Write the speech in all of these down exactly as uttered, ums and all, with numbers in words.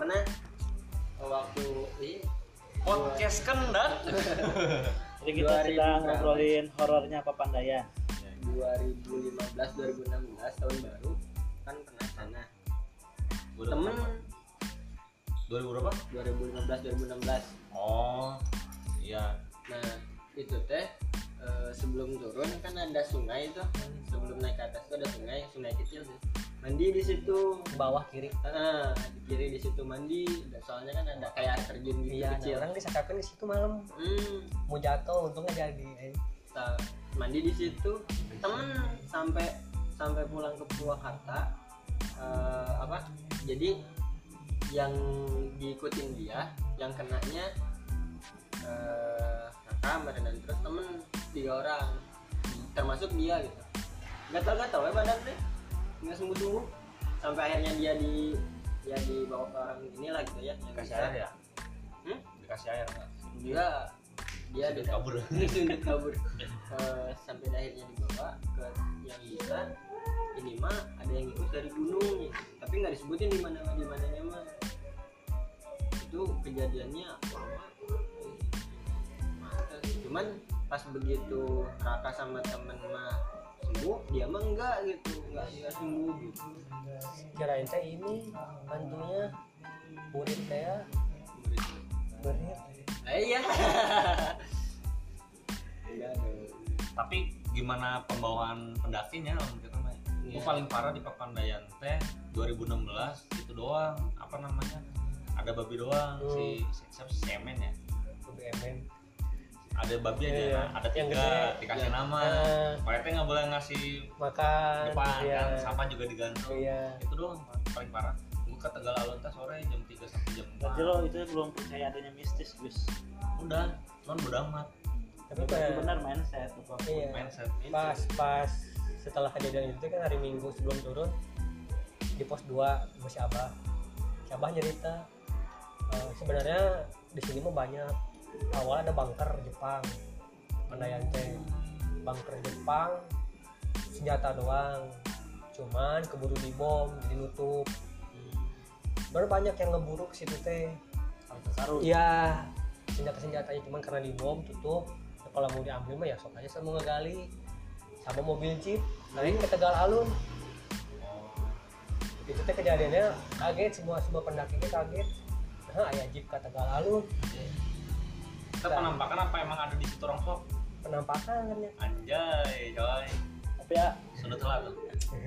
pernah waktu ini podcast kendak. Jadi kita sedang ngobrolin horornya Papandayan. dua ribu lima belas dua ribu enam belas tahun baru kan pernah sana. Temen dua ribu berapa? dua ribu lima belas dua ribu enam belas. Oh, iya. Nah, itu teh e, sebelum turun kan ada sungai tuh. Sebelum naik ke atas tuh ada sungai, sungai kecil sih. Mandi di situ, Bawah kiri. nah, di kiri di situ mandi. Soalnya kan ada kayak air terjun gitu Iya, kecil. orang disakakan di situ malam. Hmm, Mau jatuh, untungnya jadi. Eh. kita mandi di situ. Temen sampai sampai pulang ke Purwakarta. Eh, apa? Jadi yang diikutin dia, yang kenanya eh kakak, dan terus temen tiga orang, termasuk dia gitu. Gatal-gatal ya badan deh, nggak sembuh-sembuh, sampai akhirnya dia di dia dibawa ke orang inilah gitu ya. Yang Dikasih bisa. air ya? Hmm? Dikasih air nggak? Dia dia Sundut di- kabur. sundut kabur. Eh, sampai akhirnya dibawa ke yang bisa. Ini mah ada yang ikut dari gunung gitu. Tapi nggak disebutin di mana di mananya mah. Itu kejadiannya lama. Mantap. Cuman pas begitu Raka sama temen mah sembuh, dia mah enggak gitu, enggak enggak sembuh gitu. Kirain teh ini hantunya murid teh berit. Eh iya. Enggak dong. Tapi gimana pembawaan pendakinya om kita mah? Iya. Gua paling parah di Papandayan teh dua ribu enam belas itu doang. Apa namanya? Ada babi doang Hmm. si si siapa si Semen ya. B M M. Ada babi aja, Iya, nah, ada yang tiga gede. dikasih Iya. nama. Nah. Pak R T nggak boleh ngasih Makan. depan iya. kan, sampah juga digantung. Iya. Itu doang paling parah. Gua ke Tegal Alun teh sore jam tiga sampai jam Berarti empat. lo itu belum percaya adanya mistis, Gus. Udah, non bodo amat. Tapi Berarti pas- benar mindset apa? Iya. Mindset. pas pas setelah kejadian itu kan hari Minggu sebelum turun di pos dua sama si Abah si Abah cerita eh, sebenarnya di sini mah banyak awal ada bunker Jepang Pandayan teh bunker Jepang senjata doang cuman keburu dibom jadi nutup baru banyak yang ngeburu ke situ teh Sarut. iya senjata-senjatanya cuman karena dibom tutup. Nah, kalau mau diambil mah ya sok aja sama ngegali sama mobil jeep naik ke Tegal Alun. Itu teh kejadiannya kaget semua semua pendakinya kaget. Nah, aya jeep ke Tegal Alun. Kita penampakan apa emang ada di situ rongsok? Penampakan kan ya. Anjay, coy. Tapi ya Sundut telat tuh.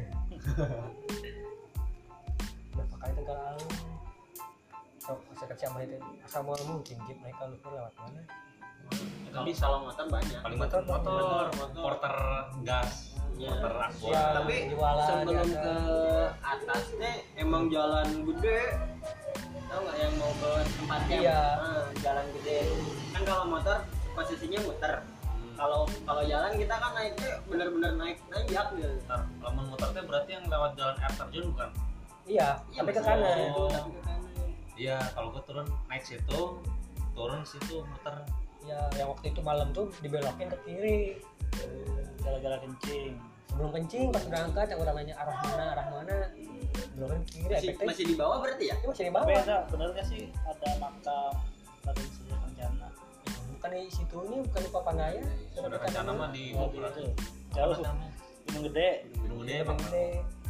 Penampakan Tegal Alun. Sok saya kecil sama itu. Asal mau mungkin jeep naik ke luhur lewat mana? Itu Tapi bisa kalau motor banyak. paling motor motor, motor, motor. porter gas, Iya. porter aqua. Iya. Tapi Jualan, sebelum ya kan. ke atasnya emang jalan gede, tahu nggak yang mau ke tempat camp? Iya. Nah, jalan gede. Kan kalau motor posisinya muter. Hmm. Kalau kalau jalan kita kan naiknya bener-bener naik nanjak gitu. Ntar, lamun motor teh berarti yang lewat jalan air terjun bukan? Iya, Iya, tapi ke maksudnya kanan. itu, tapi ke kanan. Iya, kalau gua turun naik situ, turun situ muter. Ya, yang waktu itu malam tuh dibelokin ke kiri. jalan-jalan kencing. Sebelum kencing pas berangkat yang orang nanya arah mana arah mana belokin ke kiri Masih, efeknya masih di bawah berarti ya? itu masih di Tapi bawah. ada bener gak sih ada makam Raden Surya Kencana? Bukan di situnya, bukan di Papandayan. Sudah rencana mah di Oh, Bogor. gitu. Jauh Apa namanya? Gunung Gede. Gunung Gede Gede emang. gede.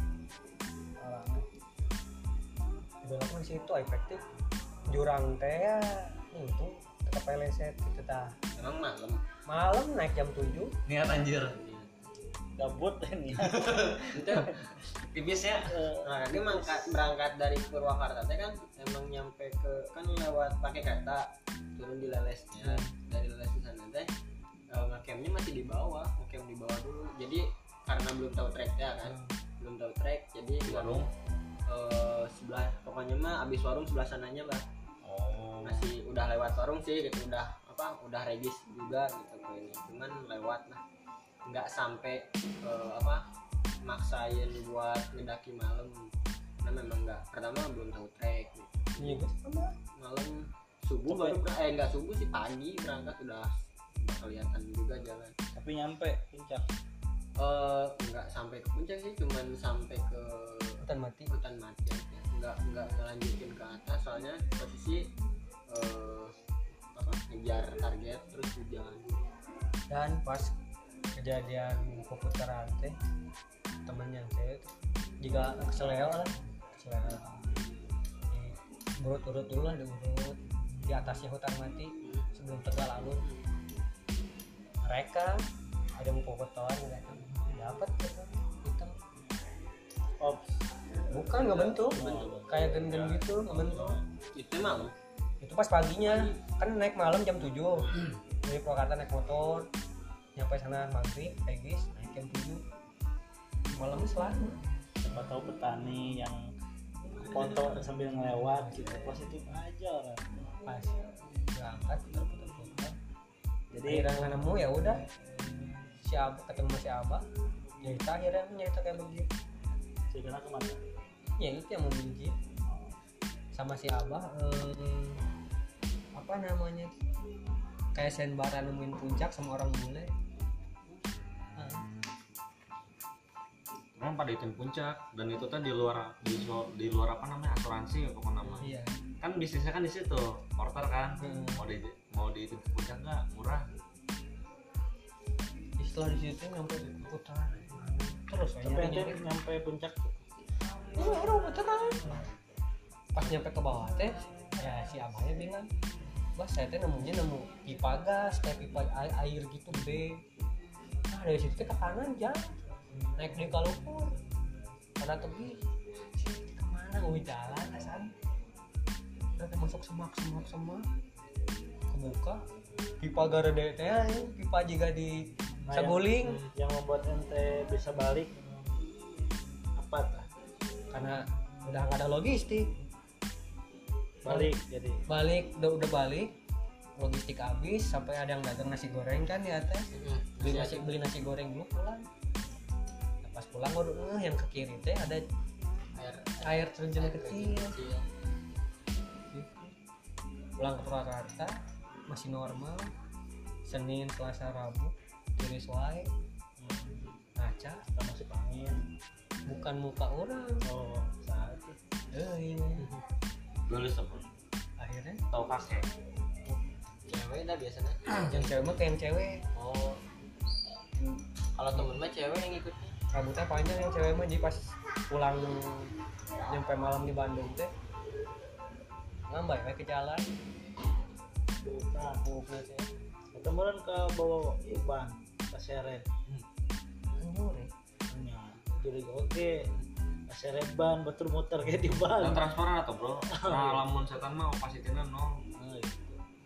Dibelokin di situ efektif. Jurang teh ya itu tetap peleset gitu tah. Emang malam. Malam naik jam tujuh. Niat anjir. Gabut ini. Itu Tipisnya nah dia mangkat, berangkat dari Purwakarta teh kan emang nyampe ke kan lewat pakai kereta turun di Lelesnya. Dari Leles ke sana teh eh, ngecampnya masih di bawah, ngecamp di bawah dulu. Jadi karena belum tahu treknya kan, belum tahu trek jadi warung. eh, sebelah pokoknya mah abis warung sebelah sananya lah. Oh. Masih udah lewat warung sih gitu, udah apa udah regis juga gitu ke ini, cuman lewat lah, nggak sampai eh, apa maksain buat ngedaki malam karena memang nggak, pertama belum tahu trek gitu. Iya gitu sama. Malam subuh baru ber- eh nggak subuh sih, pagi berangkat udah udah kelihatan juga jalan. Tapi nyampe puncak. eh nggak sampai ke puncak sih, cuman sampai ke Hutan mati. hutan mati aja, nggak nggak ngelanjutin ke atas soalnya posisi eh, apa ngejar target terus hujan. Dan pas kejadian puput karate temen yang cewek juga keseleo lah keseleo urut-urut dulu lah diurut di atasnya hutan mati sebelum tegal alun. Mereka ada mau popotoan mereka dapat gitu hitam. Ops. Bukan nggak bentuk, kayak gen-gen gitu nggak bentuk. Itu emang Itu pas paginya kan naik malam jam tujuh dari Purwakarta naik motor nyampe sana maghrib kayak guys naik jam tujuh malam selalu. Siapa tahu petani yang foto sambil ngelewat gitu positif aja orang. Pas berangkat putar-putar Jadi akhirnya nggak nemu ya udah si Abah ketemu si Abah cerita akhirnya nyerita kayak begitu si kena kemana? ya itu yang membenci sama si Abah eh, apa namanya kayak senbara nemuin puncak sama orang bule. Nah, Memang pada itu puncak dan itu kan di luar di, di luar apa namanya asuransi ya pokoknya nama. iya Kan bisnisnya kan di situ porter kan Hmm. mau di mau di itu puncak nggak murah. setelah di situ nyampe putar terus Sampai nyari ente nyampe puncak. oh baru putaran pas nyampe ke bawah teh ya si abahnya bilang wah saya teh nemunya nemu pipa gas kayak pipa air, air gitu gede. Nah dari situ teh ke kanan jam naik di Kalupur karena tebi kemana mau jalan asan udah masuk semak semak semak kebuka pipa garede teh aing, pipa juga di Nah, saguling yang, yang membuat ente bisa balik apa tah? karena udah nggak ada logistik. Balik jadi. Balik udah udah balik logistik habis sampai ada yang dagang nasi goreng kan di atas beli nasi beli nasi goreng dulu pulang. Nah, pas pulang baru eh yang ke kiri teh ada air air terjun kecil. kecil. Pulang ke Purwakarta masih normal. Senin, Selasa, Rabu tiris wae. Ngaca Kita masih angin. bukan muka orang. Oh, saat itu. Eh, Tulis apa? akhirnya Tahu kakek. Cewek dah biasanya. yang cewek mah kayak yang cewek. Oh, kalau temen mah cewek yang ikutnya. Rambutnya panjang yang cewek mah jadi pas pulang nyampe malam di Bandung teh ngambek we ke jalan Nah, pupuknya teh ketemuan ke bawa Iban ke Seret. anjur ya Ya, jadi oke. Ke Seret ban betul muter kayak di Dan ban. transparan atau bro? Nah lamun setan mah opacity-nya nol. Nah, gitu.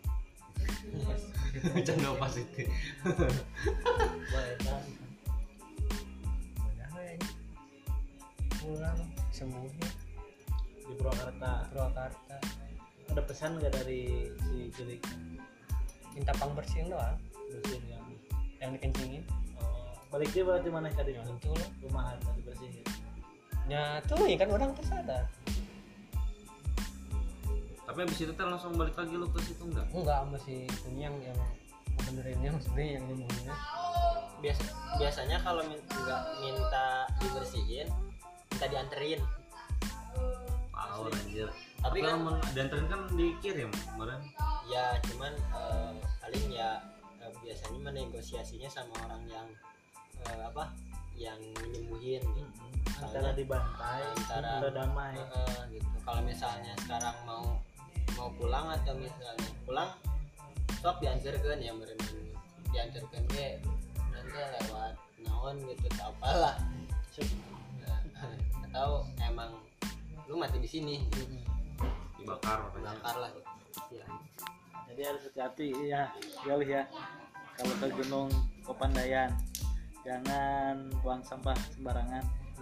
Canda opacity. Baik kan. udah we pulang semuanya Di Purwakarta. Purwakarta Ada pesan nggak dari si Jelik? minta pangbersihin doang Bersihin yang yang dikencingin oh, balik dia berarti mana tadi yang itu lah rumahan tadi bersihin. ya tuh ya kan orang tersadar Tapi abis itu teh langsung balik lagi lu ke situ enggak? enggak masih punya yang yang benerinnya maksudnya yang ngomongnya Biasa biasanya kalau min- nggak minta dibersihin, minta dianterin. Power anjir. Tapi kan lamun dianterin kan dikirim kemarin. ya cuman eh, paling ya eh, biasanya menegosiasinya sama orang yang eh, apa yang nyembuhin gitu. Antara dibantai, Antara- antara damai. Eh, eh, gitu. Kalau misalnya sekarang mau mau pulang atau misalnya pulang sok diantarkan ya berenang diantarkan ke nanti lewat naon gitu tak apalah atau emang lu mati di sini Dibakar katanya. bakar lah gitu. Ya. Jadi harus hati-hati ya, jauh ya. Kalau ke Gunung Kopandayan, jangan buang sampah sembarangan.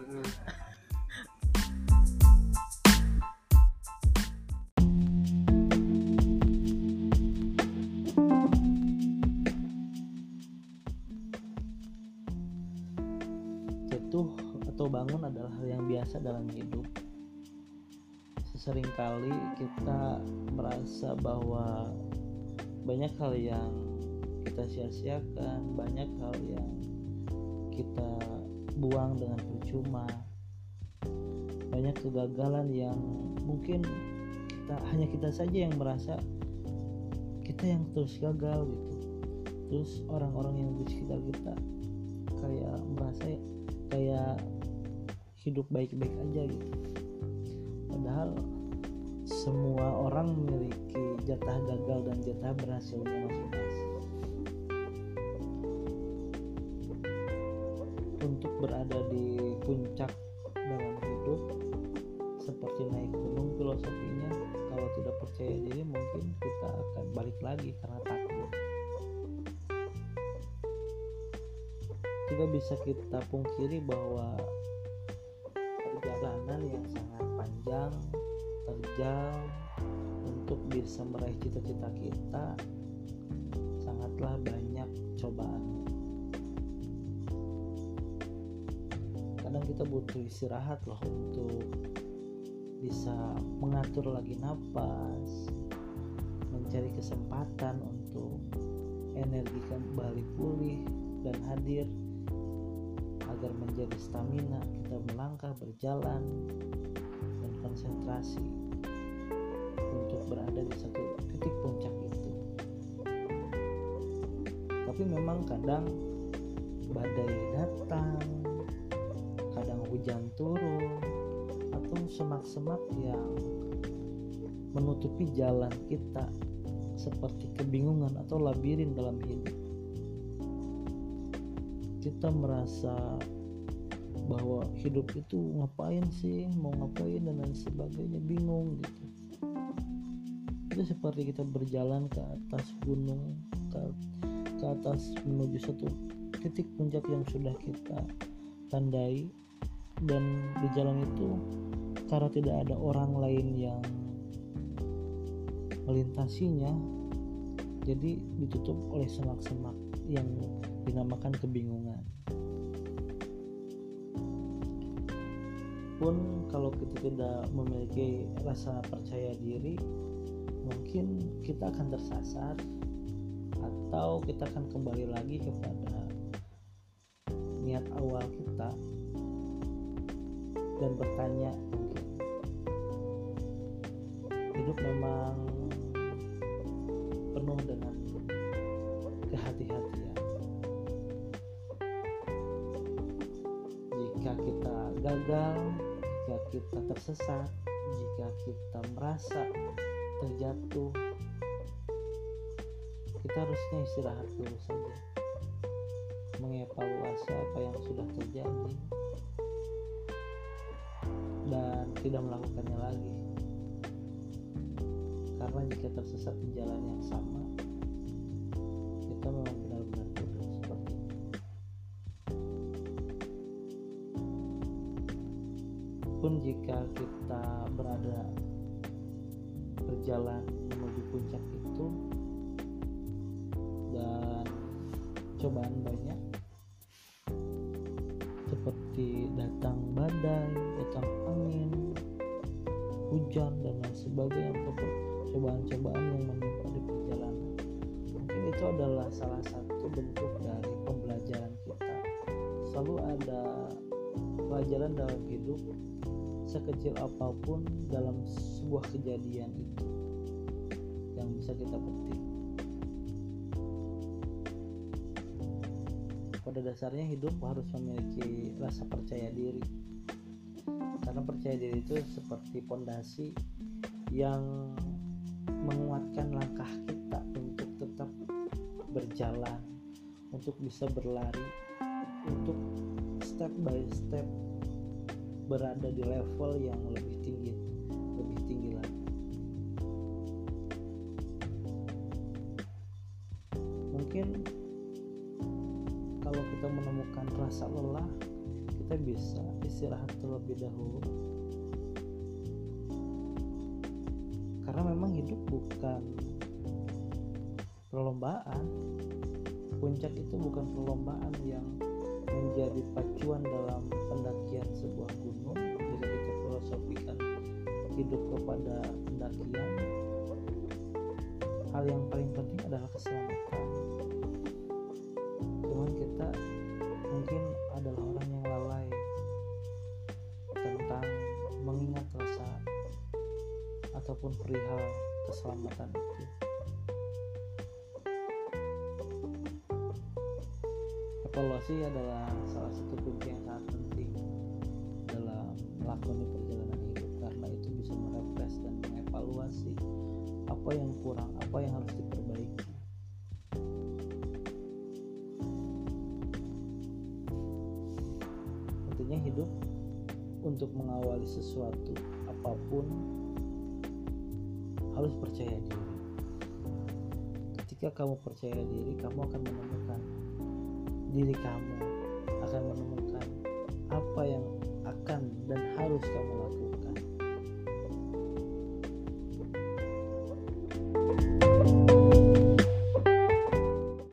Jatuh atau bangun adalah hal yang biasa dalam hidup. Seringkali kita merasa bahwa banyak hal yang kita sia-siakan, banyak hal yang kita buang dengan percuma, banyak banyak kegagalan yang mungkin kita hanya kita saja yang merasa kita yang terus gagal gitu. Terus orang-orang yang di sekitar kita kayak merasa kayak hidup baik-baik aja gitu. Padahal semua orang memiliki jatah gagal dan jatah berhasilnya masing-masing. Untuk berada di puncak dalam hidup seperti naik gunung filosofinya, kalau tidak percaya diri mungkin kita akan balik lagi karena takut. Tidak bisa kita pungkiri bahwa perjalanan yang sangat panjang, terjal untuk bisa meraih cita-cita kita sangatlah banyak cobaan. Kadang kita butuh istirahat loh untuk bisa mengatur lagi napas, mencari kesempatan untuk energi kembali pulih dan hadir agar menjadi stamina kita melangkah, berjalan dan konsentrasi untuk berada di satu titik puncak itu. Tapi memang kadang badai datang, kadang hujan turun, atau semak-semak yang menutupi jalan kita seperti kebingungan atau labirin dalam hidup. Kita merasa bahwa hidup itu ngapain sih, mau ngapain dan lain sebagainya, bingung gitu. Itu seperti kita berjalan ke atas gunung, ke, ke atas menuju satu titik puncak yang sudah kita tandai, dan di jalan itu karena tidak ada orang lain yang melintasinya, jadi ditutup oleh semak-semak yang dinamakan kebingungan. Pun kalau kita tidak memiliki rasa percaya diri, mungkin kita akan tersasar atau kita akan kembali lagi kepada niat awal kita dan bertanya, mungkin hidup memang penuh dengan kehati-hatian. Jika kita gagal, jika kita tersesat, jika kita merasa terjatuh, kita harusnya istirahat dulu saja, mengevaluasi apa yang sudah terjadi dan tidak melakukannya lagi. Karena jika tersesat di jalan yang sama, kita memang benar-benar bodoh seperti itu. Pun jika kita berada berjalan menuju puncak itu dan cobaan banyak, seperti datang badai, datang angin, hujan dan lain sebagainya, ataupun cobaan-cobaan yang menimpa di perjalanan, mungkin itu adalah salah satu bentuk dari pembelajaran kita. Selalu ada pelajaran dalam hidup, sekecil apapun dalam sebuah kejadian itu yang bisa kita petik. Pada dasarnya hidup harus memiliki rasa percaya diri, karena percaya diri itu seperti pondasi yang menguatkan langkah kita untuk tetap berjalan, untuk bisa berlari, untuk step by step berada di level yang lebih tinggi, lebih tinggi lagi. Mungkin kalau kita menemukan rasa lelah, kita bisa istirahat terlebih dahulu. Karena memang hidup bukan perlombaan. Puncak itu bukan perlombaan yang menjadi pacuan dalam pendakian sebuah gunung. Jika kita filosofikan hidup kepada pendakian, hal yang paling penting adalah keselamatan. Cuman kita mungkin adalah orang yang lalai tentang ataupun perihal keselamatan itu. Evaluasi adalah salah satu kunci yang sangat penting dalam melakoni perjalanan hidup, karena itu bisa merefresh dan mengevaluasi apa yang kurang, apa yang harus diperbaiki. Intinya hidup untuk mengawali sesuatu apapun harus percaya diri. Ketika kamu percaya diri, kamu akan menemukan diri kamu, akan menemukan apa yang akan dan harus kamu lakukan.